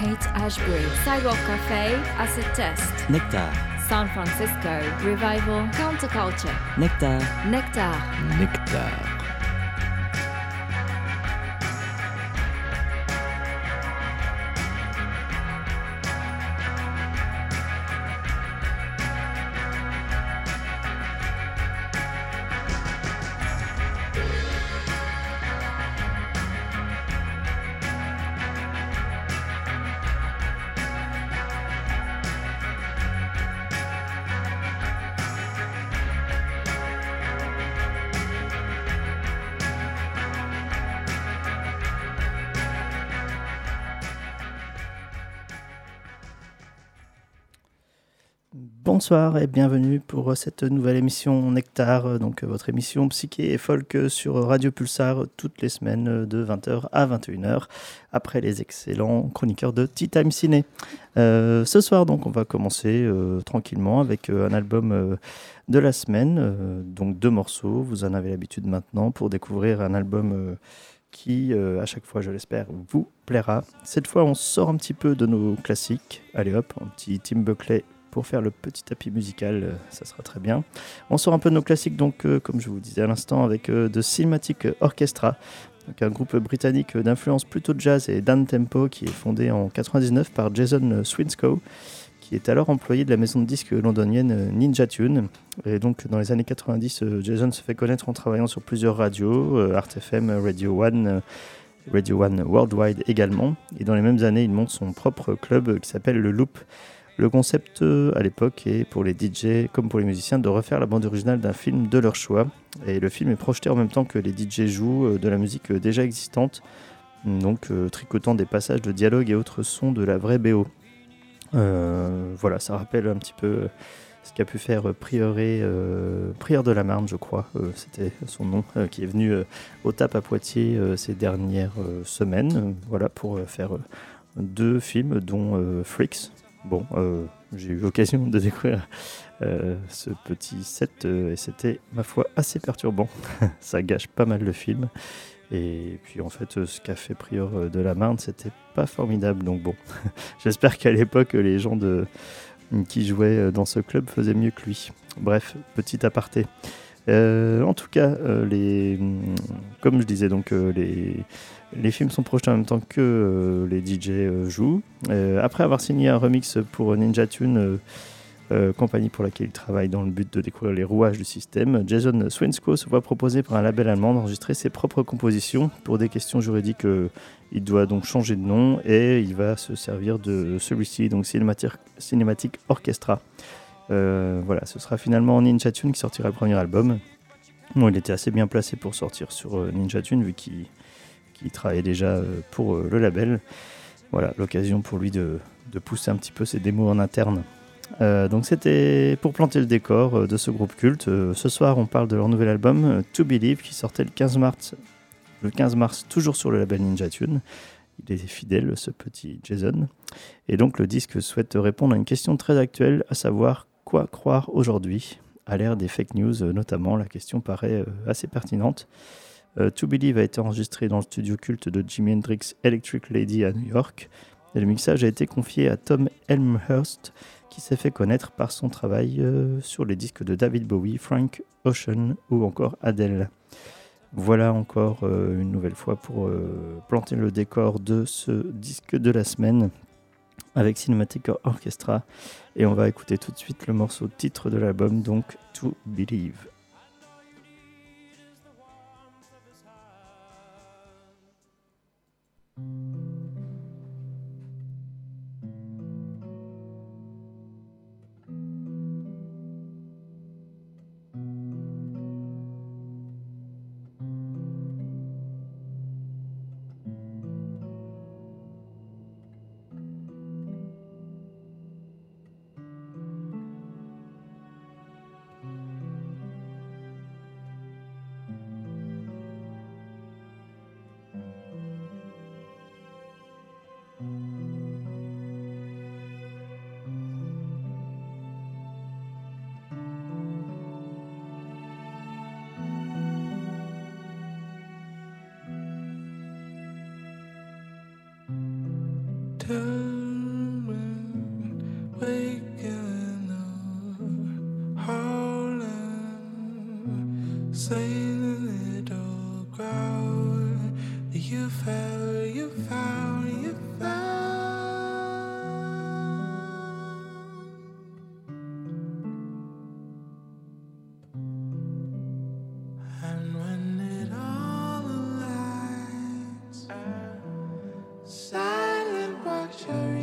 Haight-Ashbury, Sidewalk Cafe, Acid Test, Nectar, San Francisco, Revival, Counterculture, Nectar, Nectar. Nectar. Bonsoir et bienvenue pour cette nouvelle émission Nectar, donc votre émission psyché et folk sur Radio Pulsar toutes les semaines de 20h à 21h après les excellents chroniqueurs de Tea Time Ciné. Ce soir donc on va commencer tranquillement avec un album de la semaine, donc 2 morceaux, vous en avez l'habitude maintenant pour découvrir un album qui à chaque fois je l'espère vous plaira. Cette fois on sort un petit peu de nos classiques, allez hop, un petit Tim Buckley pour faire le petit tapis musical, ça sera très bien. On sort un peu de nos classiques, donc comme je vous disais à l'instant, avec The Cinematic Orchestra, donc un groupe britannique d'influence plutôt jazz et down tempo qui est fondé en 99 par Jason Swinscoe, qui est alors employé de la maison de disques londonienne Ninja Tune. Et donc dans les années 90, Jason se fait connaître en travaillant sur plusieurs radios, Art FM, Radio One Worldwide également. Et dans les mêmes années, il monte son propre club qui s'appelle le Loop. Le concept à l'époque est pour les DJ comme pour les musiciens de refaire la bande originale d'un film de leur choix. Et le film est projeté en même temps que les DJ jouent de la musique déjà existante, donc tricotant des passages de dialogue et autres sons de la vraie BO. Voilà, ça rappelle un petit peu ce qu'a pu faire Prieur de la Marne, je crois, c'était son nom, qui est venu au TAP à Poitiers ces dernières semaines, voilà, pour faire 2 films, dont Freaks. Bon, j'ai eu l'occasion de découvrir ce petit set et c'était, ma foi, assez perturbant. Ça gâche pas mal le film. Et puis en fait, ce qu'a fait Prieur de la Marne, c'était pas formidable. Donc bon, j'espère qu'à l'époque, les gens qui jouaient dans ce club faisaient mieux que lui. Bref, petit aparté. En tout cas, comme je disais, donc les films sont projetés en même temps que les DJ jouent. Après avoir signé un remix pour Ninja Tune, compagnie pour laquelle il travaille dans le but de découvrir les rouages du système, Jason Swinscoe se voit proposer par un label allemand d'enregistrer ses propres compositions. Pour des questions juridiques, il doit donc changer de nom et il va se servir de celui-ci, donc Cinematic Orchestra. Voilà, ce sera finalement Ninja Tune qui sortira le premier album. Bon, il était assez bien placé pour sortir sur Ninja Tune vu qu'il travaillait déjà pour le label. Voilà, l'occasion pour lui de pousser un petit peu ses démos en interne. Donc c'était pour planter le décor de ce groupe culte. Ce soir, on parle de leur nouvel album, To Believe, qui sortait le 15 mars, toujours sur le label Ninja Tune. Il est fidèle, ce petit Jason. Et donc le disque souhaite répondre à une question très actuelle, à savoir quoi croire aujourd'hui. À l'ère des fake news, notamment, la question paraît assez pertinente. To Believe a été enregistré dans le studio culte de Jimi Hendrix Electric Lady à New York. Et le mixage a été confié à Tom Elmhurst, qui s'est fait connaître par son travail sur les disques de David Bowie, Frank Ocean ou encore Adele. Voilà encore une nouvelle fois pour planter le décor de ce disque de la semaine avec Cinematic Orchestra. Et on va écouter tout de suite le morceau titre de l'album, donc To Believe. children waking up, howling, saying a little crowd. You fell, you found, you and when it all aligns, silent watcher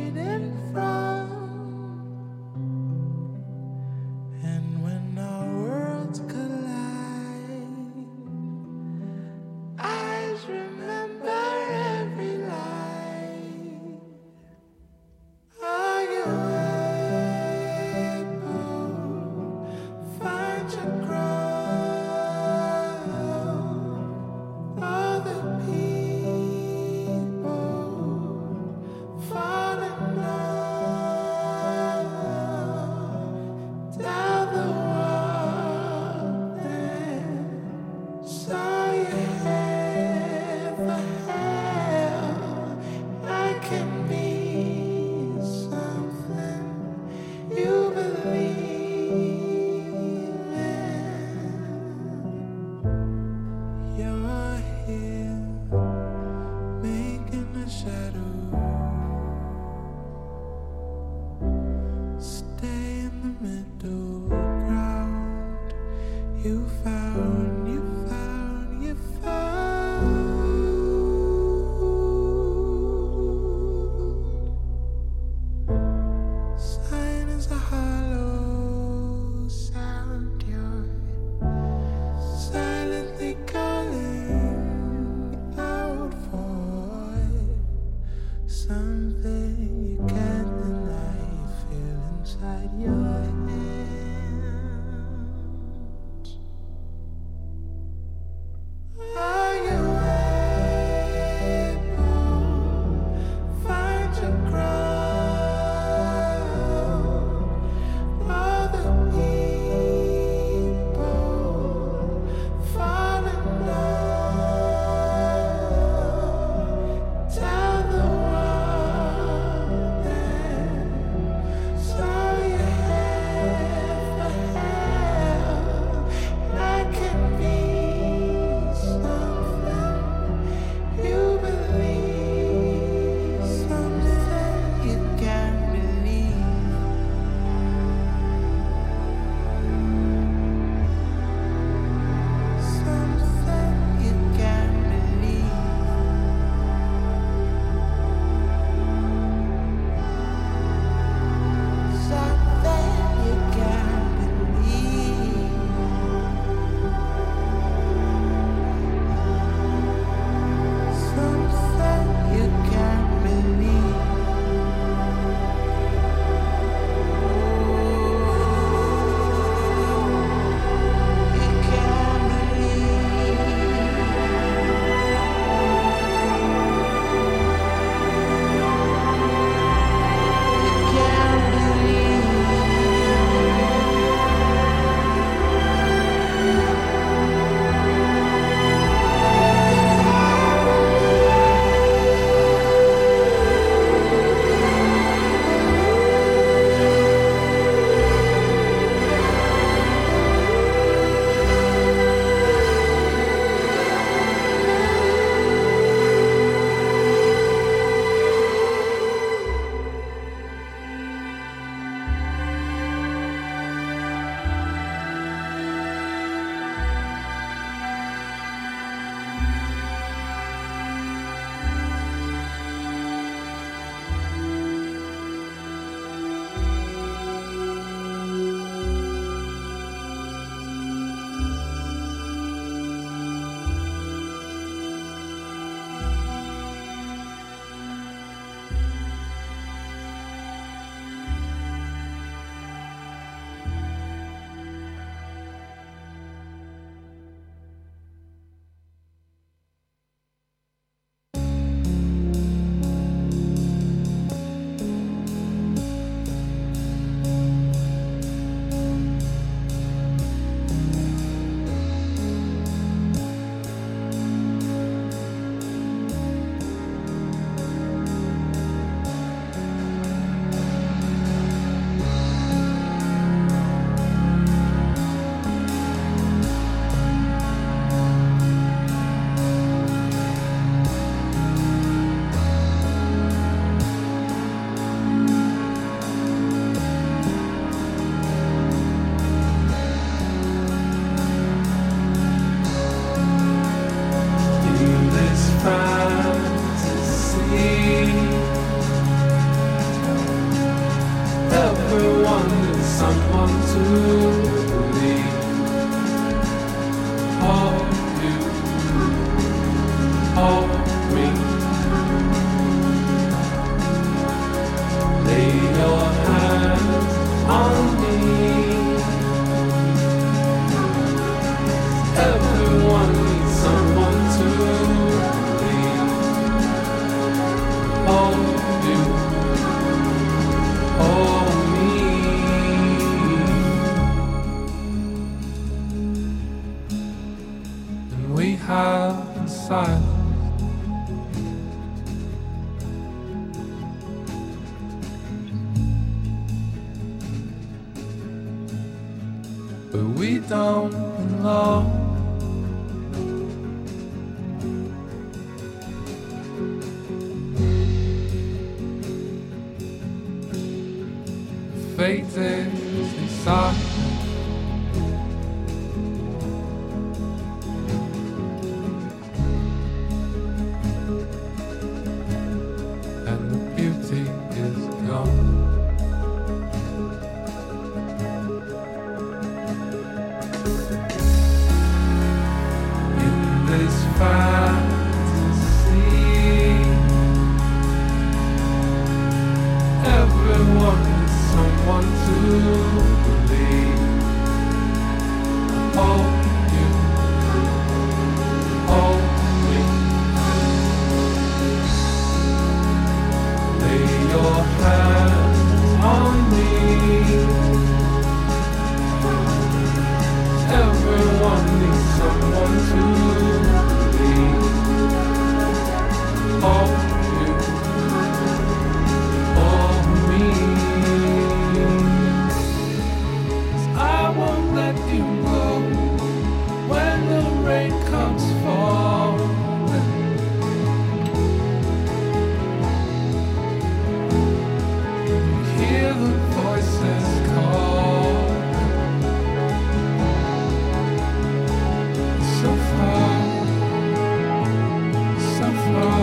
someone to believe. Hold you, hold me. Lay your hands on me. Everyone needs someone to believe. Hold you, hold me. And we have silence. But we don't belong. Fate is inside. And the beauty is gone. This fantasy, everyone is someone to believe. Hold you, hold me. Lay your hands on me. Everyone needs someone to hold you, hold me. 'Cause I won't let you go when the rain comes falling. You hear the voices calling. So far, so far,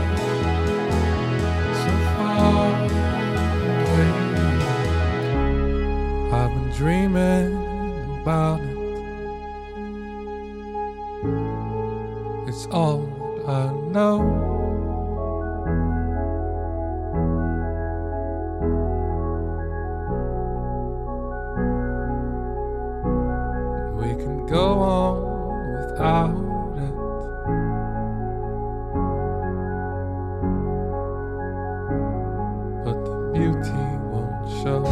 so far away. I've been dreaming about it. It's all I know. We can go on without it. But the beauty won't show.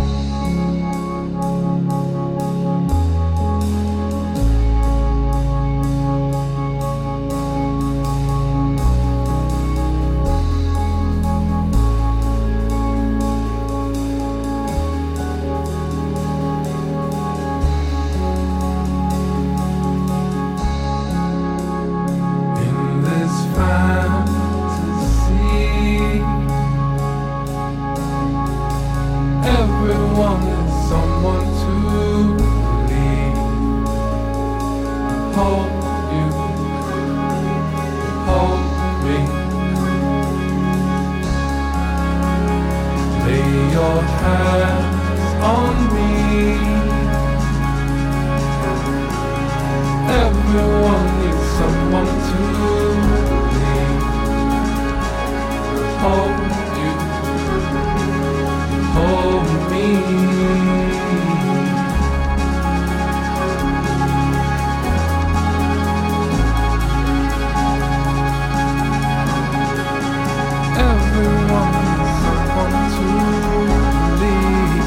Everyone is someone to believe. Hold you, hold me. Lay your hands on me. Everyone needs someone to believe. Hold you, hold me. Everyone needs someone to believe.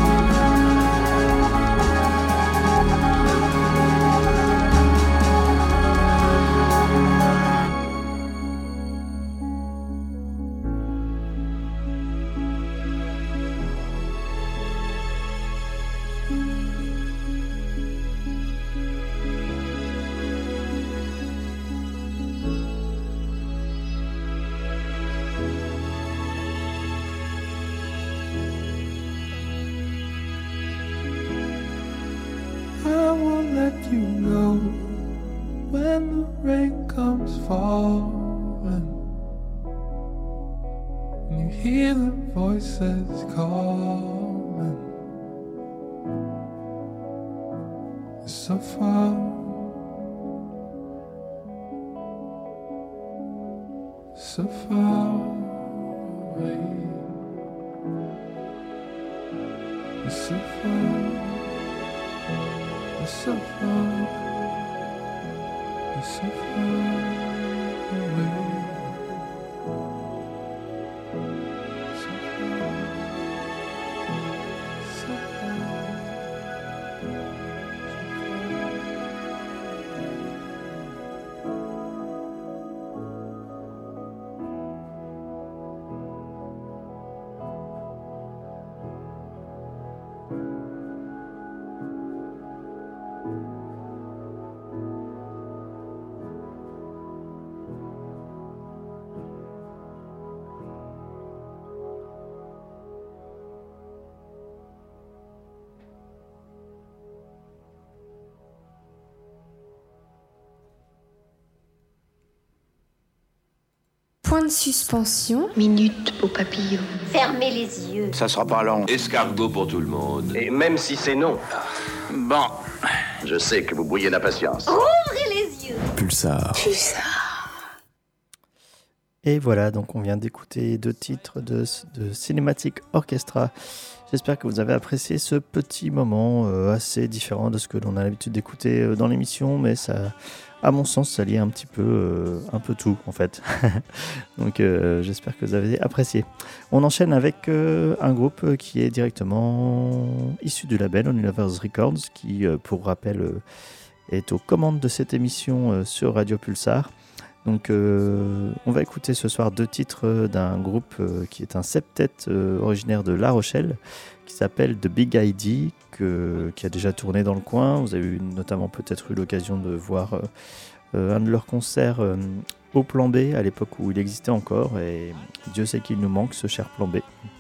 let you know when the rain comes falling, when you hear the voices calling. is so far, so far away. It's so far, it's so far, it's so far away. Point de suspension. Minute, beau papillon. Fermez les yeux. Ça sera pas long. Escargot pour tout le monde. Et même si c'est non, Bon. je sais que vous brouillez d'impatience. Ouvrez les yeux. Pulsar. Et voilà, donc on vient d'écouter 2 titres de Cinematic Orchestra. J'espère que vous avez apprécié ce petit moment assez différent de ce que l'on a l'habitude d'écouter dans l'émission, mais ça, à mon sens, ça lie un peu tout en fait. Donc j'espère que vous avez apprécié. On enchaîne avec un groupe qui est directement issu du label On Universe Records, qui, pour rappel, est aux commandes de cette émission sur Radio Pulsar. Donc on va écouter ce soir 2 titres d'un groupe qui est un septet originaire de La Rochelle, qui s'appelle The Big ID, qui a déjà tourné dans le coin. Vous avez notamment peut-être eu l'occasion de voir un de leurs concerts au Plan B, à l'époque où il existait encore, et Dieu sait qu'il nous manque ce cher Plan B.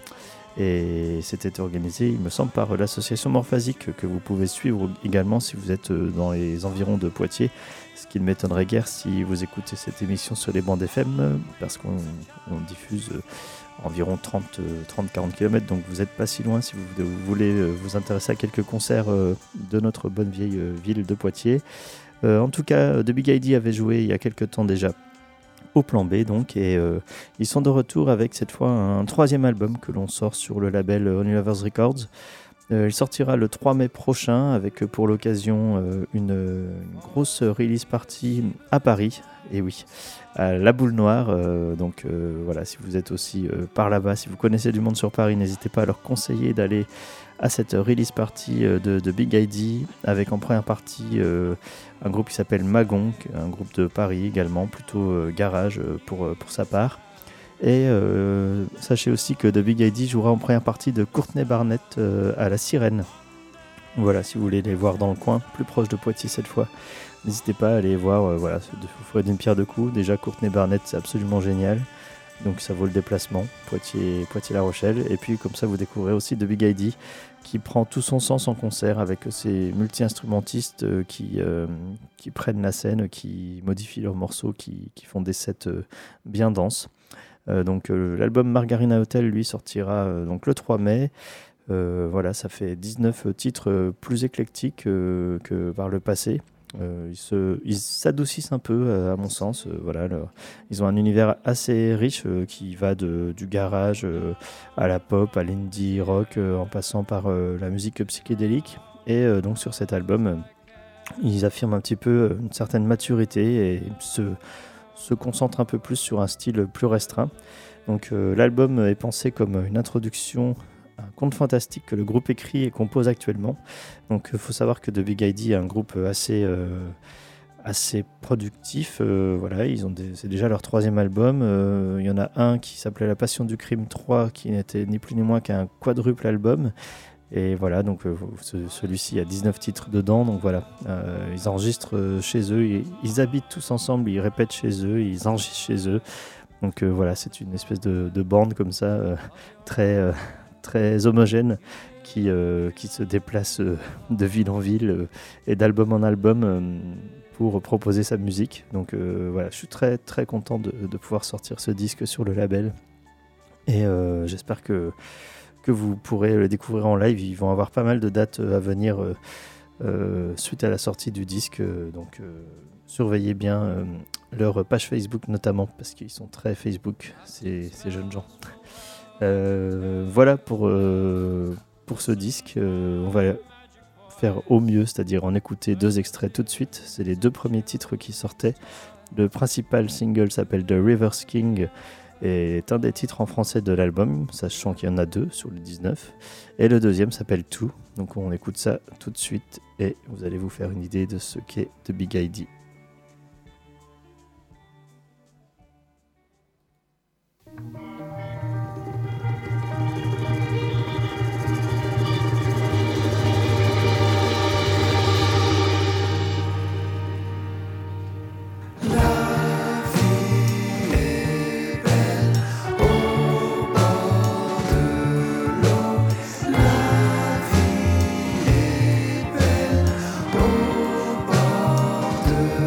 Et c'était organisé, il me semble, par l'association Morphasique, que vous pouvez suivre également si vous êtes dans les environs de Poitiers, ce qui ne m'étonnerait guère si vous écoutez cette émission sur les bandes FM, parce qu'on diffuse environ 30-40 km, donc vous n'êtes pas si loin si vous voulez vous intéresser à quelques concerts de notre bonne vieille ville de Poitiers. En tout cas, The Big ID avait joué il y a quelques temps déjà au Plan B, donc, et ils sont de retour avec cette fois un 3e album que l'on sort sur le label On Universe Records. Il sortira le 3 mai prochain avec pour l'occasion une grosse release party à Paris, et oui, à La Boule Noire. Donc voilà, si vous êtes aussi par là-bas, si vous connaissez du monde sur Paris, n'hésitez pas à leur conseiller d'aller à cette release party de Big ID, avec en première partie un groupe qui s'appelle Magon, un groupe de Paris également, plutôt garage pour sa part. Et sachez aussi que The Big ID jouera en première partie de Courtney Barnett à La Sirène. Voilà, si vous voulez les voir dans le coin, plus proche de Poitiers cette fois, n'hésitez pas à aller voir. Voilà, vous ferez d'une pierre deux coups. Déjà, Courtney Barnett, c'est absolument génial. Donc ça vaut le déplacement, Poitiers-La Rochelle. Et puis comme ça, vous découvrez aussi The Big ID, qui prend tout son sens en concert avec ces multi-instrumentistes qui prennent la scène, qui modifient leurs morceaux, qui font des sets bien denses. Donc l'album Margarina Hotel, lui, sortira donc le 3 mai. Voilà, ça fait 19 titres plus éclectiques que par le passé. Ils s'adoucissent un peu à mon sens. Voilà, ils ont un univers assez riche qui va du garage à la pop, à l'indie rock, en passant par la musique psychédélique. Et donc sur cet album, ils affirment un petit peu une certaine maturité et se concentrent un peu plus sur un style plus restreint. Donc l'album est pensé comme une introduction, un conte fantastique que le groupe écrit et compose actuellement. Donc il faut savoir que The Big ID est un groupe assez productif. Voilà, c'est déjà leur 3e album. Il y en a un qui s'appelait La Passion du Crime 3, qui n'était ni plus ni moins qu'un quadruple album. Et voilà, donc celui-ci a 19 titres dedans. Donc voilà, ils enregistrent chez eux, ils habitent tous ensemble, ils répètent chez eux, ils enregistrent chez eux. Donc voilà, c'est une espèce de bande comme ça, très homogène, qui se déplace de ville en ville et d'album en album pour proposer sa musique. Donc voilà, je suis très très content de pouvoir sortir ce disque sur le label. Et j'espère que vous pourrez le découvrir en live. Ils vont avoir pas mal de dates à venir suite à la sortie du disque. Donc surveillez bien leur page Facebook notamment, parce qu'ils sont très Facebook, ces jeunes gens. Voilà pour ce disque. On va faire au mieux, c'est-à-dire en écouter 2 extraits tout de suite. C'est les 2 premiers titres qui sortaient. Le principal single s'appelle The Rivers King et est un des titres en français de l'album, sachant qu'il y en a 2 sur le 19. Et le deuxième s'appelle Two. Donc on écoute ça tout de suite et vous allez vous faire une idée de ce qu'est The Big ID. au bord de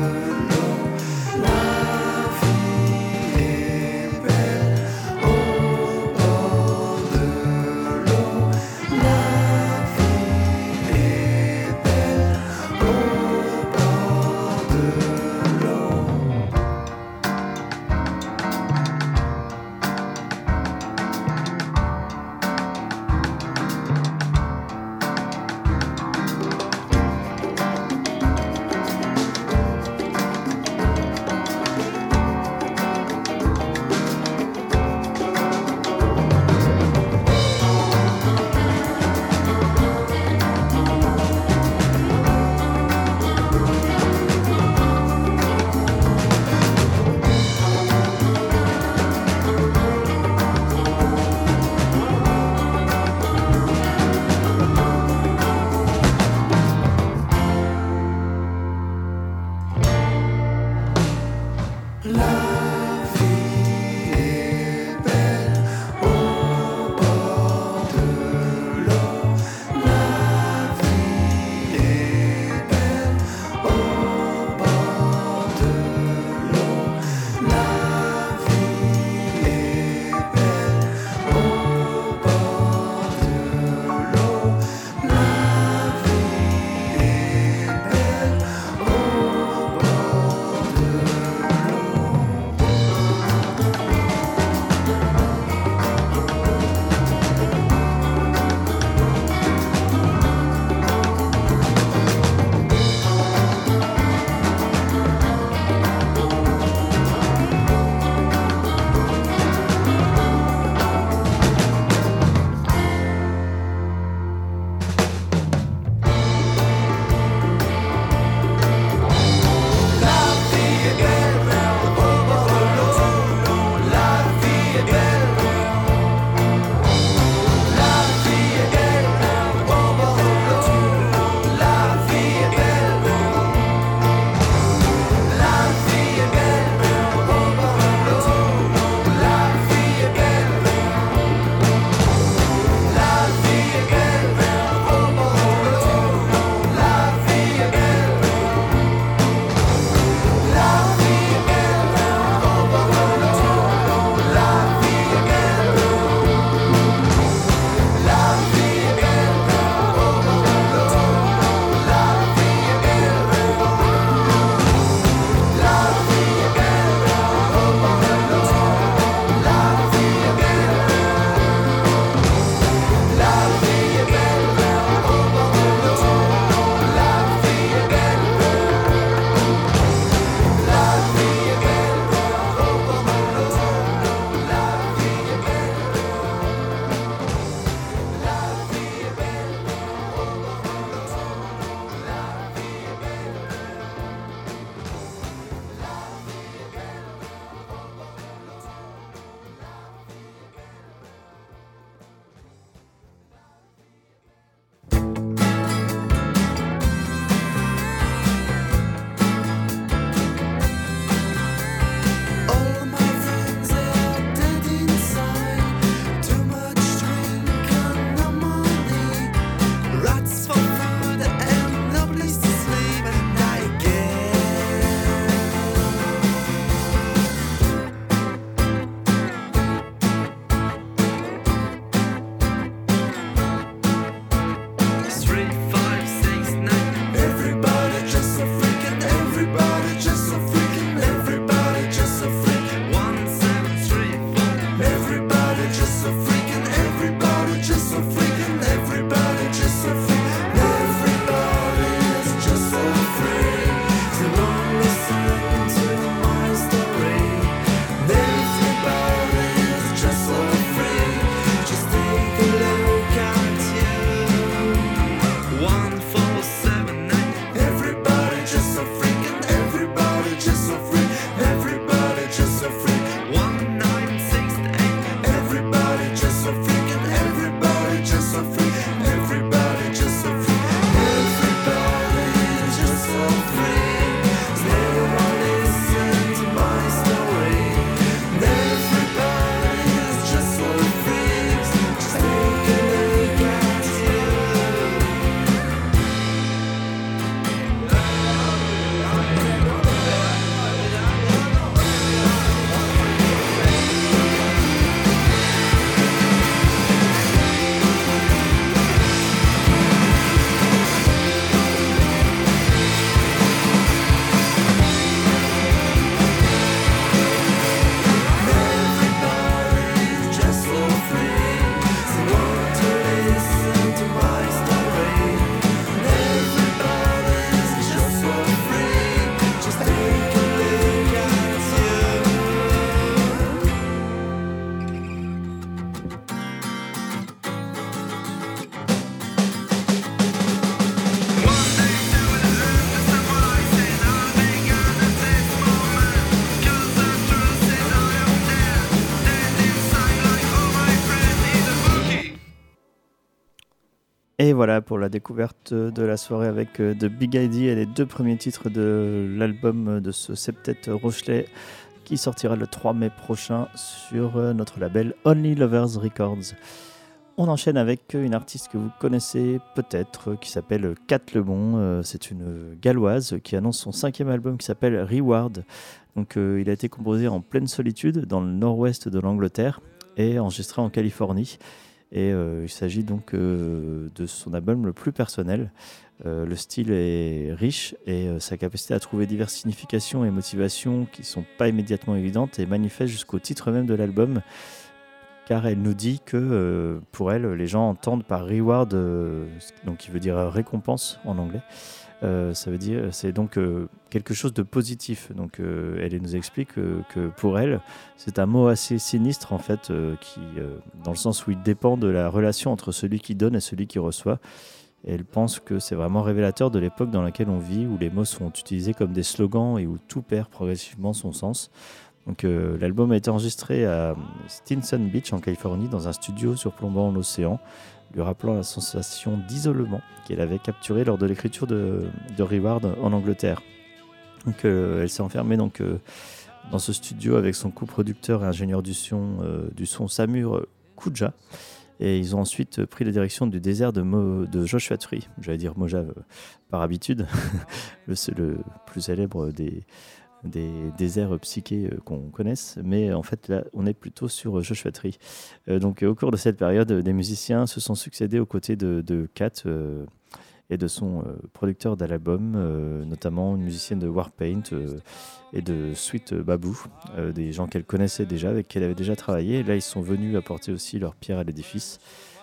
Et voilà pour la découverte de la soirée avec The Big ID et les 2 premiers titres de l'album de ce septet rochelais qui sortira le 3 mai prochain sur notre label Only Lovers Records. On enchaîne avec une artiste que vous connaissez peut-être qui s'appelle Kat Lebon. C'est une galloise qui annonce son 5e album qui s'appelle Reward. Donc, il a été composé en pleine solitude dans le nord-ouest de l'Angleterre et enregistré en Californie. Et il s'agit donc de son album le plus personnel. Le style est riche et sa capacité à trouver diverses significations et motivations qui ne sont pas immédiatement évidentes est manifeste jusqu'au titre même de l'album, car elle nous dit que pour elle, les gens entendent par reward, donc qui veut dire récompense en anglais. Ça veut dire, c'est donc quelque chose de positif. Donc, elle nous explique que pour elle, c'est un mot assez sinistre en fait, qui, dans le sens où il dépend de la relation entre celui qui donne et celui qui reçoit. Et elle pense que c'est vraiment révélateur de l'époque dans laquelle on vit, où les mots sont utilisés comme des slogans et où tout perd progressivement son sens. Donc, l'album a été enregistré à Stinson Beach en Californie dans un studio surplombant l'océan, lui rappelant la sensation d'isolement qu'elle avait capturée lors de l'écriture de Reward en Angleterre. Donc, elle s'est enfermée donc, dans ce studio avec son coproducteur et ingénieur du son Samur Khouja. Et ils ont ensuite pris la direction du désert de Joshua Tree. J'allais dire Mojave par habitude, le plus célèbre des déserts psychés qu'on connaisse, mais en fait là on est plutôt sur Joshua Tree. Donc au cours de cette période, des musiciens se sont succédés aux côtés de Kat et de son producteur d'album, notamment une musicienne de Warpaint et de Sweet Babou, des gens qu'elle connaissait déjà, avec qui elle avait déjà travaillé. Et là ils sont venus apporter aussi leur pierre à l'édifice.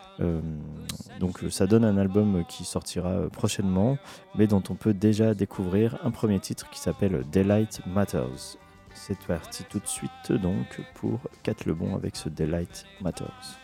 Donc ça donne un album qui sortira prochainement, mais dont on peut déjà découvrir un premier titre qui s'appelle Daylight Matters. C'est parti tout de suite donc pour Kat Lebon avec ce Daylight Matters.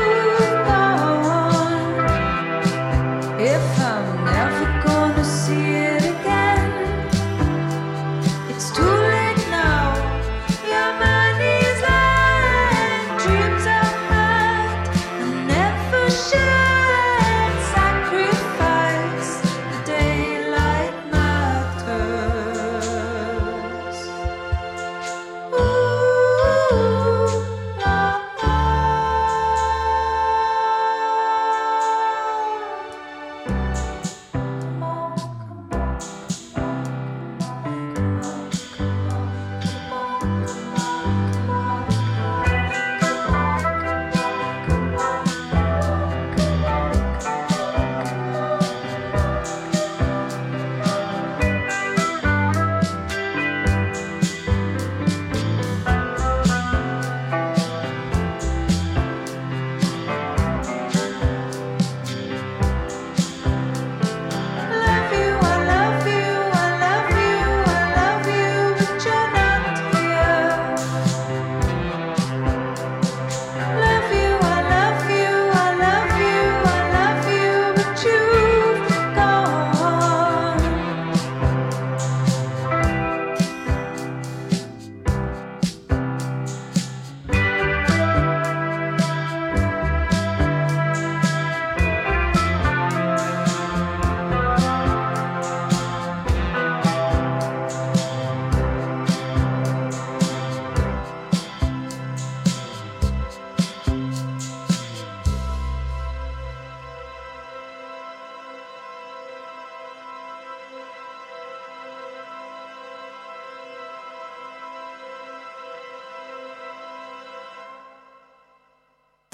If I'm never gonna see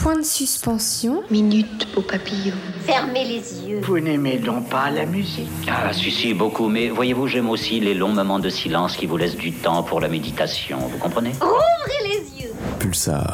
Point de suspension. Minute, beau papillon. Fermez les yeux. Vous n'aimez donc pas la musique? Ah, si, beaucoup. Mais voyez-vous, j'aime aussi les longs moments de silence qui vous laissent du temps pour la méditation. Vous comprenez? Rouvrez les yeux. Pulsar.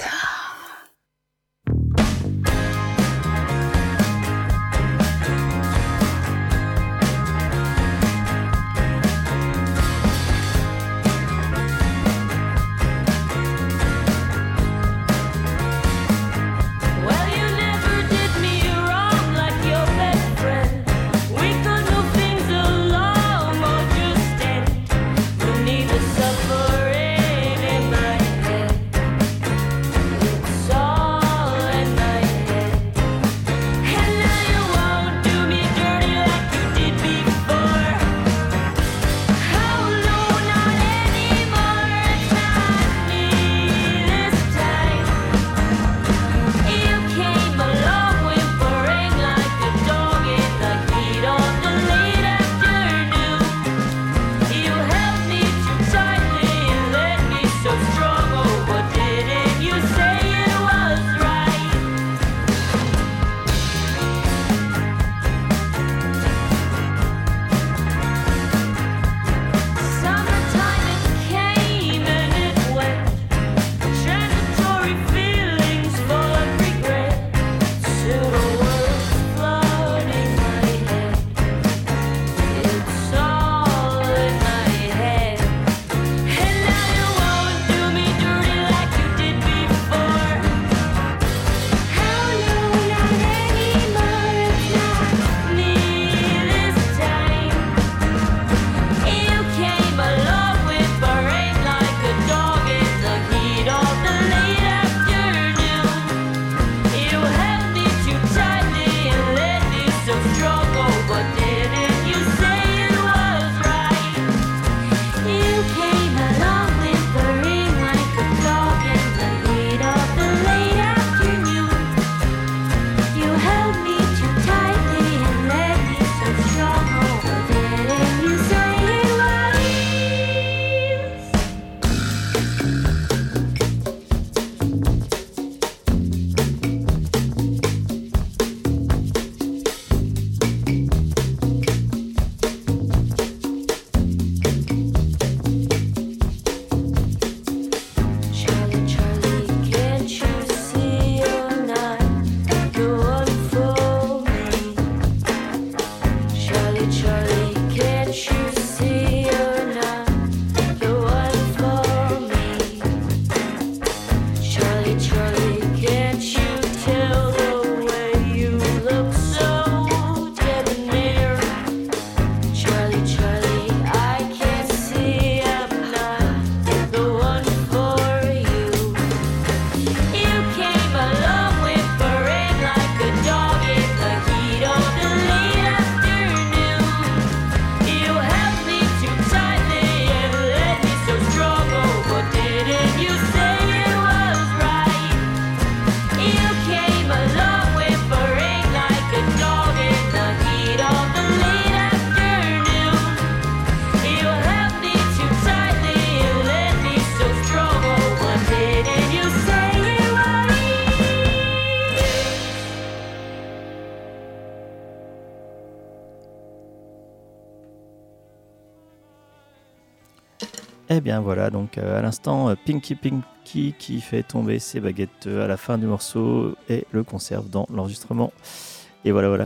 Eh bien voilà, donc à l'instant, Pinky Pinky qui fait tomber ses baguettes à la fin du morceau et le conserve dans l'enregistrement. Et voilà,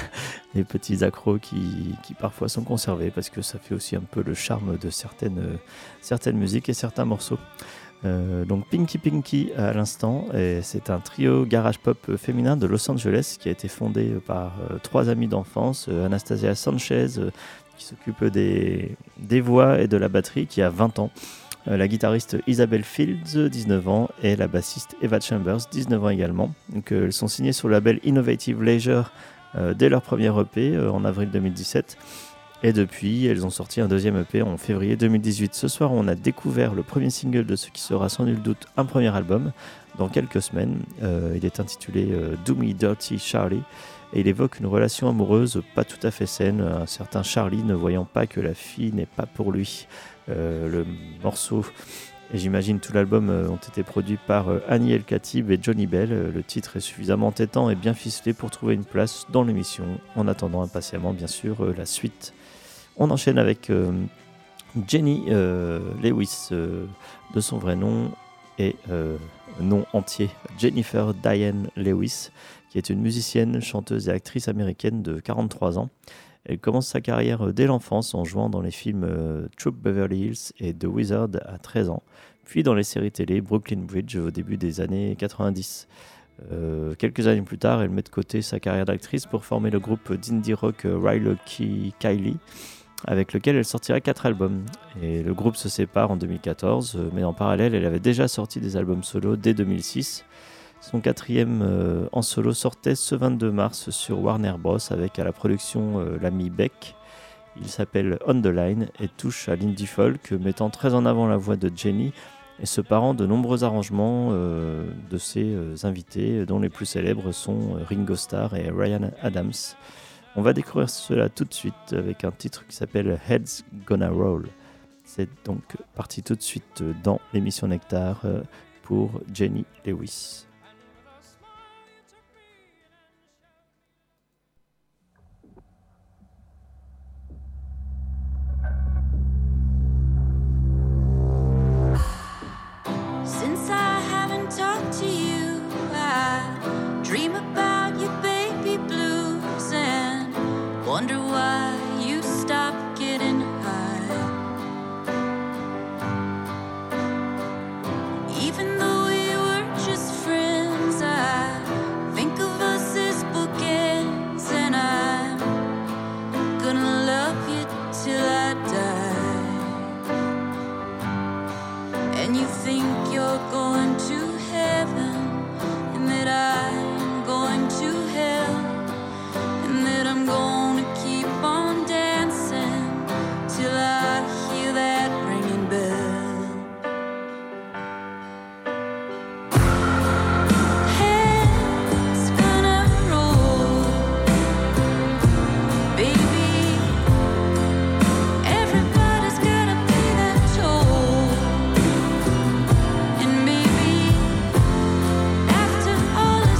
les petits accros qui parfois sont conservés parce que ça fait aussi un peu le charme de certaines musiques et certains morceaux. Donc Pinky Pinky à l'instant, et c'est un trio garage pop féminin de Los Angeles qui a été fondé par trois amies d'enfance, Anastasia Sanchez qui s'occupe des voix et de la batterie, qui a 20 ans, la guitariste Isabelle Fields, 19 ans, et la bassiste Eva Chambers, 19 ans également. Donc, elles sont signées sur le label Innovative Leisure dès leur premier EP en avril 2017. Et depuis, elles ont sorti un deuxième EP en février 2018. Ce soir, on a découvert le premier single de ce qui sera sans nul doute un premier album dans quelques semaines. Il est intitulé Do Me Dirty Charlie et il évoque une relation amoureuse pas tout à fait saine, un certain Charlie ne voyant pas que la fille n'est pas pour lui. Le morceau Et j'imagine tout l'album ont été produits par Annie El Khatib et Johnny Bell. Le titre est suffisamment entêtant et bien ficelé pour trouver une place dans l'émission, en attendant impatiemment bien sûr la suite. On enchaîne avec Jenny Lewis, de son vrai nom et nom entier, Jennifer Diane Lewis, qui est une musicienne, chanteuse et actrice américaine de 43 ans. Elle commence sa carrière dès l'enfance en jouant dans les films Troop Beverly Hills et The Wizard à 13 ans, puis dans les séries télé Brooklyn Bridge au début des années 90. Quelques années plus tard, elle met de côté sa carrière d'actrice pour former le groupe d'indie rock Riley Kiley, avec lequel elle sortira 4 albums. Et le groupe se sépare en 2014, mais en parallèle, elle avait déjà sorti des albums solo dès 2006. Son 4e en solo sortait ce 22 mars sur Warner Bros. Avec à la production l'ami Beck. Il s'appelle On The Line et touche à l'indie folk, mettant très en avant la voix de Jenny et se parant de nombreux arrangements de ses invités, dont les plus célèbres sont Ringo Starr et Ryan Adams. On va découvrir cela tout de suite avec un titre qui s'appelle Heads Gonna Roll. C'est donc parti tout de suite dans l'émission Nectar pour Jenny Lewis. Wonder why you stopped getting high. Even though we were just friends, I think of us as bookends, and I'm gonna love you till I die. And you think you're going to heaven, and that I'm going to hell, and that I'm going on dancing till I hear that ringing bell. Heads gonna roll, baby. Everybody's gotta pay that toll, and maybe after all is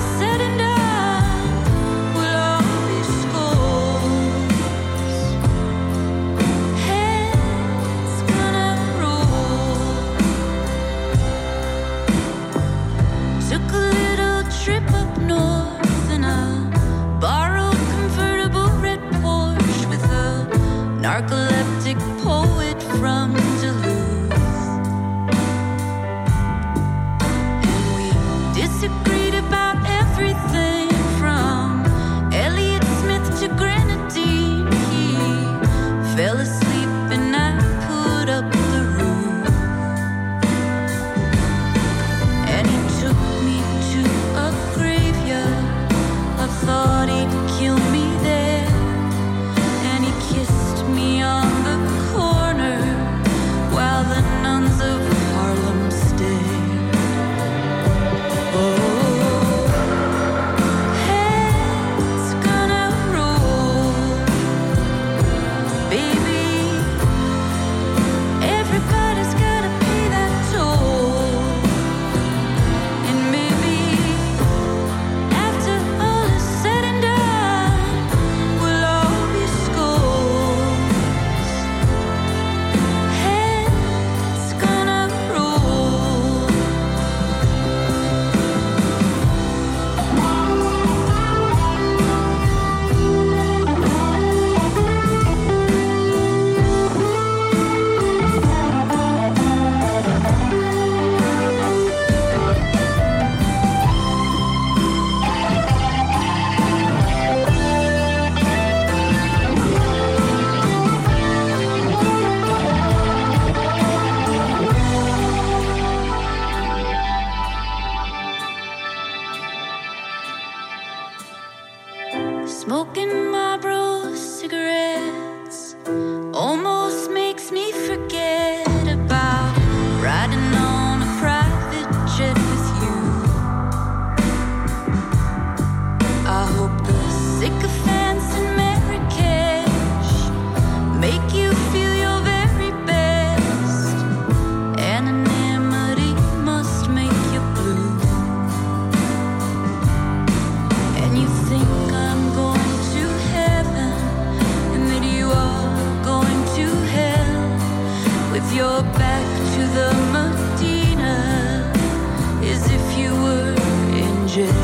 with your back to the Medina, as if you were in jail.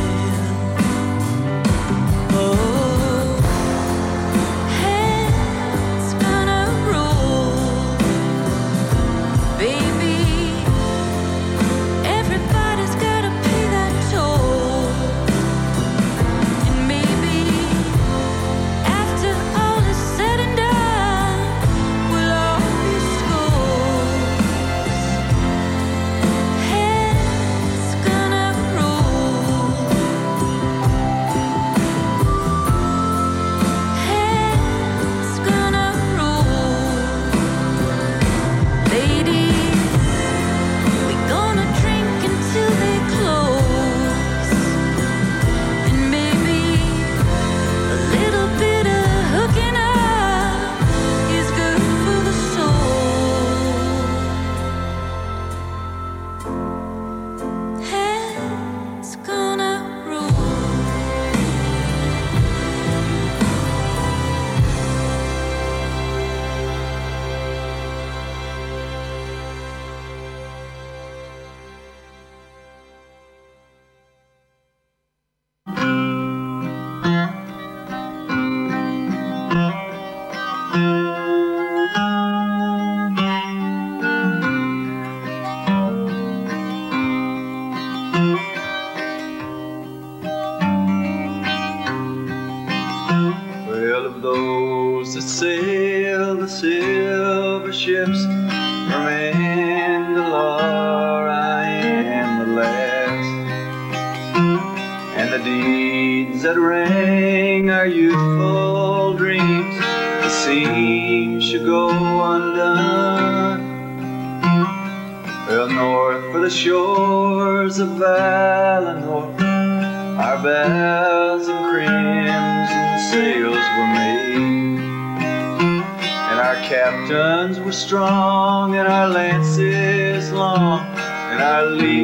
Strong and our lances long, and our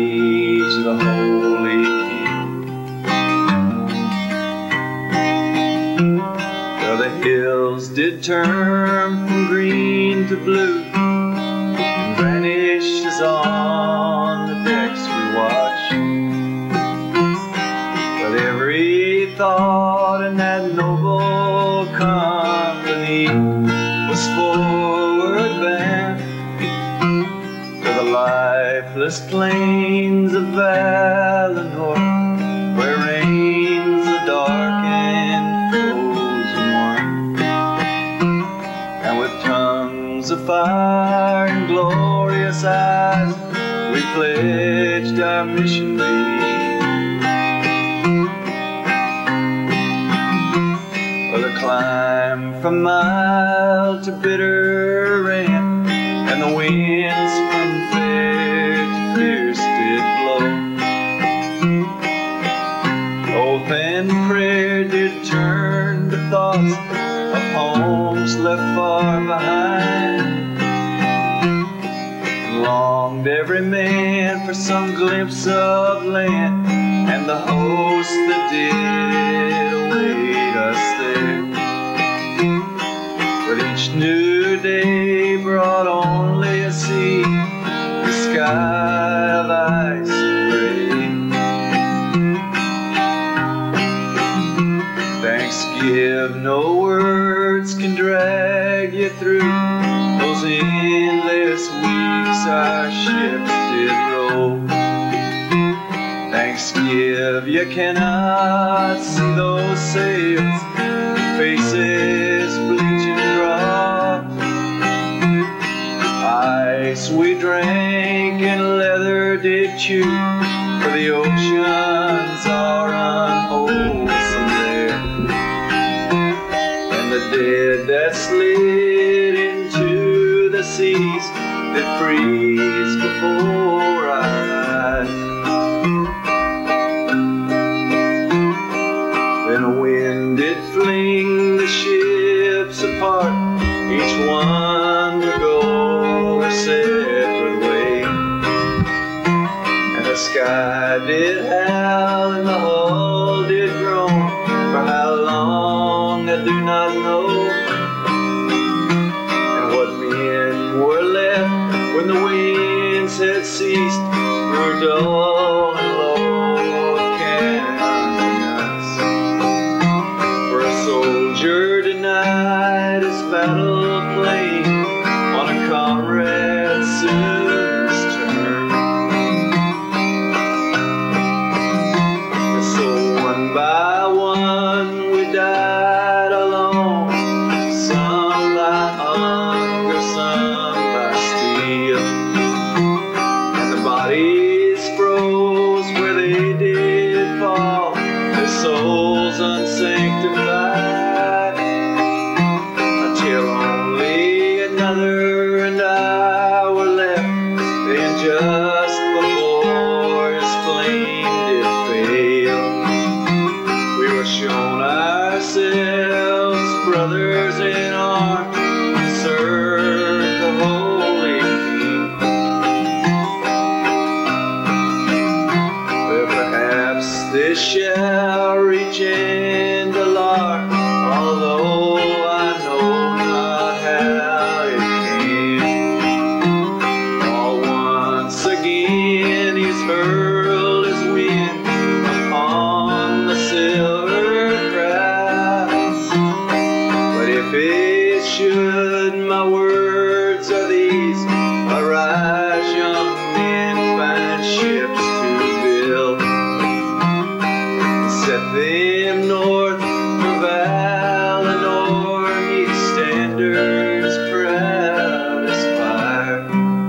liege the holy king. Well, the hills did turn from green to blue and vanish as on the decks we watched. But every thought in that noble company was forward bound to the lifeless plains of Valinor, where reigns the dark and frozen one. And with tongues of fire and glorious eyes, we pledged our mission for the climb from Mile to Bitterend, and the winds from fair to fierce did blow. Oath and prayer did turn to thoughts of homes left far behind, and longed every man for some glimpse of land and the host that did await us there. But each new day brought only a sea, the sky of ice and gray. Thanks give, no words can drag you through those endless weeks our ships did roll. Thanks give, you cannot see those sails, faces bleaching drops. Ice we drank and leather did chew, for the oceans are unwholesome there. And the dead that slid into the seas that freeze before our eyes. Then a wind did fling the ships apart, each one to go her separate way. And the sky did howl and the hull did groan, for how long I do not know. And what men were left when the winds had ceased, grew dull and low and cavernous. For a soldier denied his battle plain on a comrade's soonest turn. And so one by one we died alone, some by hunger, some by steel, and the bodies froze where they did fall, their souls unsanctified, until only another and I were left, then just before his flame did fail, we were shown ourselves brothers in arms to serve the Holy King. Well, perhaps this shall reach and alarm, although I know not how it can. All once again he's hurled his wind upon the silver crowds. But if it should, my words are these: arise, young men, find ships to build, and set them north for Valinor, meet standards proud as fire.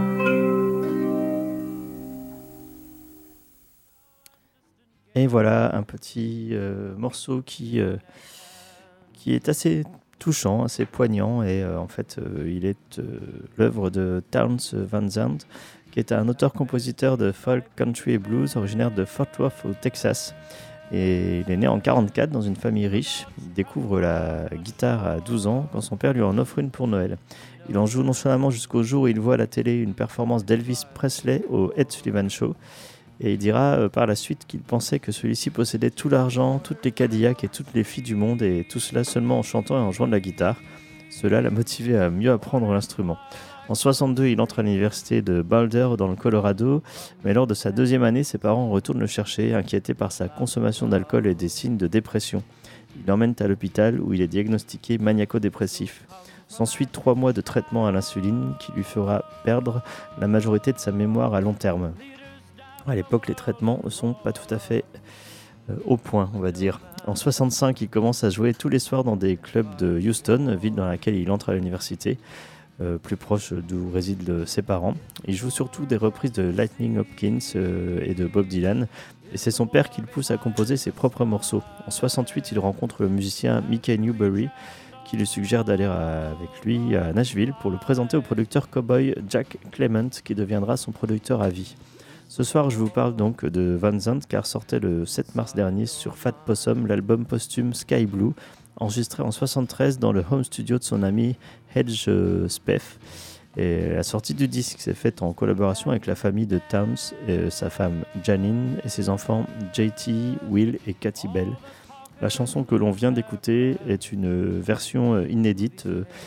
Et voilà un petit morceau qui est assez touchant, assez poignant, et en fait il est l'œuvre de Townes Van Zandt, qui est un auteur-compositeur de folk, country et blues originaire de Fort Worth au Texas. Et il est né en 1944 dans une famille riche. Il découvre la guitare à 12 ans quand son père lui en offre une pour Noël. Il en joue nonchalamment jusqu'au jour où il voit à la télé une performance d'Elvis Presley au Ed Sullivan Show. Et il dira par la suite qu'il pensait que celui-ci possédait tout l'argent, toutes les Cadillacs et toutes les filles du monde, et tout cela seulement en chantant et en jouant de la guitare. Cela l'a motivé à mieux apprendre l'instrument. En 1962, il entre à l'université de Boulder dans le Colorado, mais lors de sa deuxième année, ses parents retournent le chercher, inquiétés par sa consommation d'alcool et des signes de dépression. Ils l'emmènent à l'hôpital où il est diagnostiqué maniaco-dépressif. S'ensuit 3 mois de traitement à l'insuline qui lui fera perdre la majorité de sa mémoire à long terme. À l'époque, les traitements ne sont pas tout à fait au point, on va dire. En 1965, il commence à jouer tous les soirs dans des clubs de Houston, ville dans laquelle il entre à l'université, plus proche d'où résident ses parents. Il joue surtout des reprises de Lightning Hopkins et de Bob Dylan, et c'est son père qui le pousse à composer ses propres morceaux. En 1968, il rencontre le musicien Mickey Newbury, qui lui suggère d'aller avec lui à Nashville pour le présenter au producteur cowboy Jack Clement, qui deviendra son producteur à vie. Ce soir, je vous parle donc de Van Zandt, car sortait le 7 mars dernier sur Fat Possum l'album posthume Sky Blue, enregistré en 1973 dans le home studio de son ami Hedge Speff. Et la sortie du disque s'est faite en collaboration avec la famille de Townes, sa femme Janine et ses enfants JT, Will et Katy Bell. La chanson que l'on vient d'écouter est une version inédite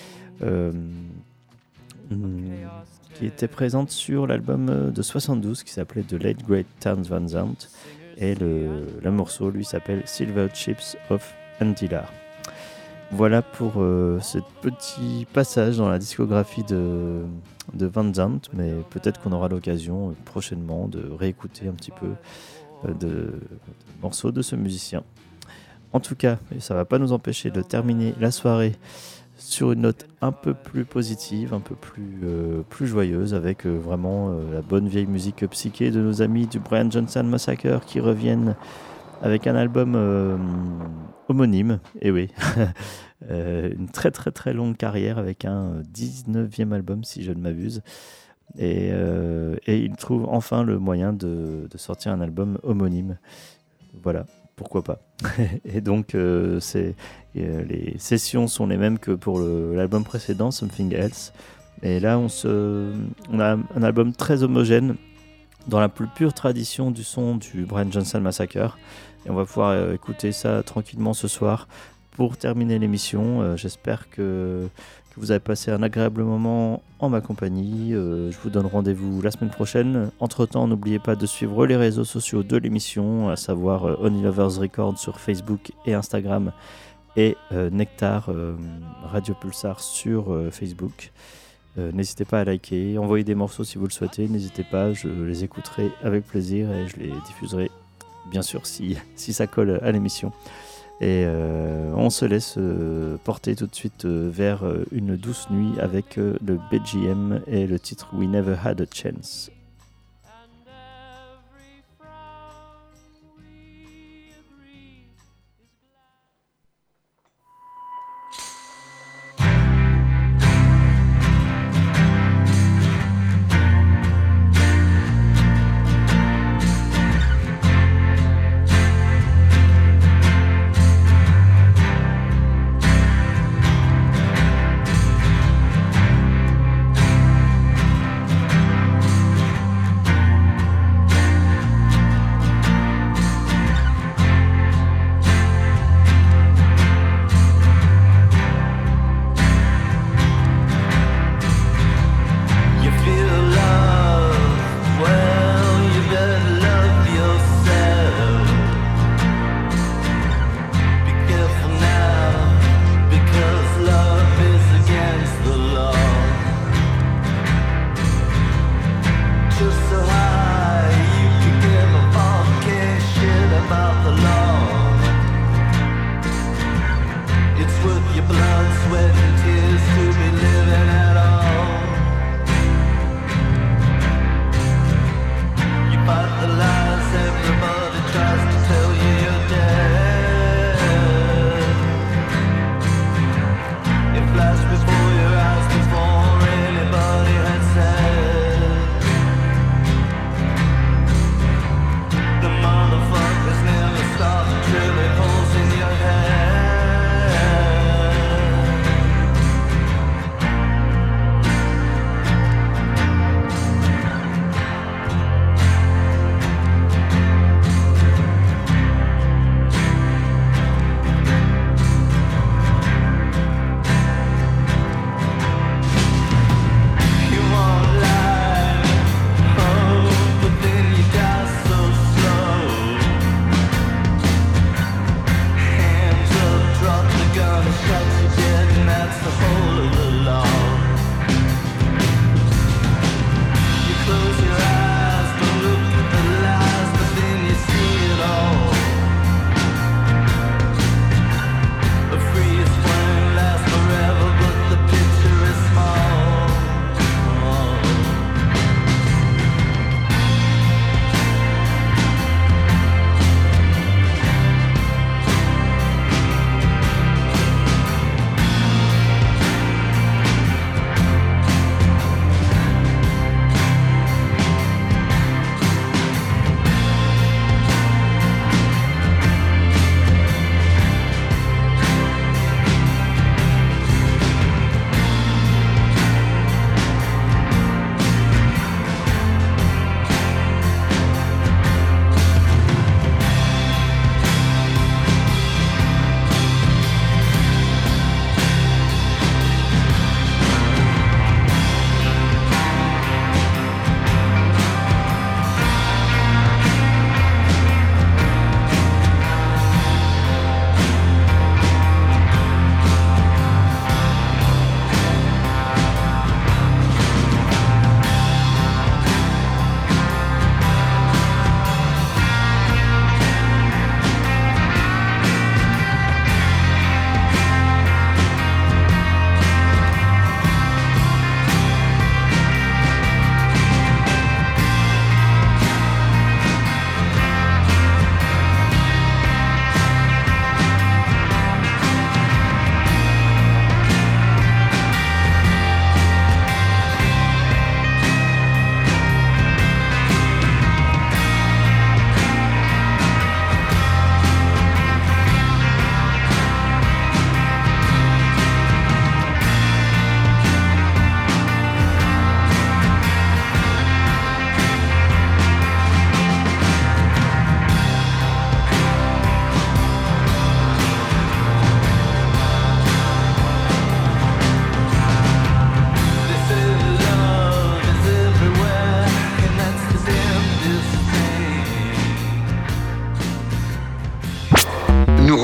qui était présente sur l'album de 72 qui s'appelait The Late Great Townes Van Zandt, et le morceau lui s'appelle Silver Chips of Antillar. Voilà pour ce petit passage dans la discographie de Van Zandt, mais peut-être qu'on aura l'occasion prochainement de réécouter un petit peu de morceaux de ce musicien. En tout cas, ça ne va pas nous empêcher de terminer la soirée sur une note un peu plus positive, un peu plus joyeuse, avec vraiment la bonne vieille musique psyché de nos amis du Brian Johnson Massacre qui reviennent avec un album homonyme, et oui, une très très très longue carrière avec un 19e album si je ne m'abuse, et ils trouvent enfin le moyen de sortir un album homonyme. Voilà, pourquoi pas. Et donc les sessions sont les mêmes que pour l'album précédent, Something Else, et là on a un album très homogène dans la plus pure tradition du son du Brian Johnson Massacre, et on va pouvoir écouter ça tranquillement ce soir pour terminer l'émission. J'espère que que vous avez passé un agréable moment en ma compagnie. Je vous donne rendez-vous la semaine prochaine. Entre-temps, n'oubliez pas de suivre les réseaux sociaux de l'émission, à savoir Only Lovers Record sur Facebook et Instagram et Nectar Radio Pulsar sur Facebook. N'hésitez pas à liker, envoyer des morceaux si vous le souhaitez. N'hésitez pas, je les écouterai avec plaisir et je les diffuserai bien sûr si ça colle à l'émission. Et on se laisse porter tout de suite vers une douce nuit avec le BGM et le titre We Never Had a Chance.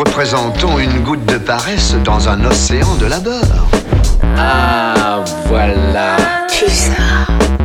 représentons une goutte de paresse dans un océan de labeur. Ah, voilà. Pulsar.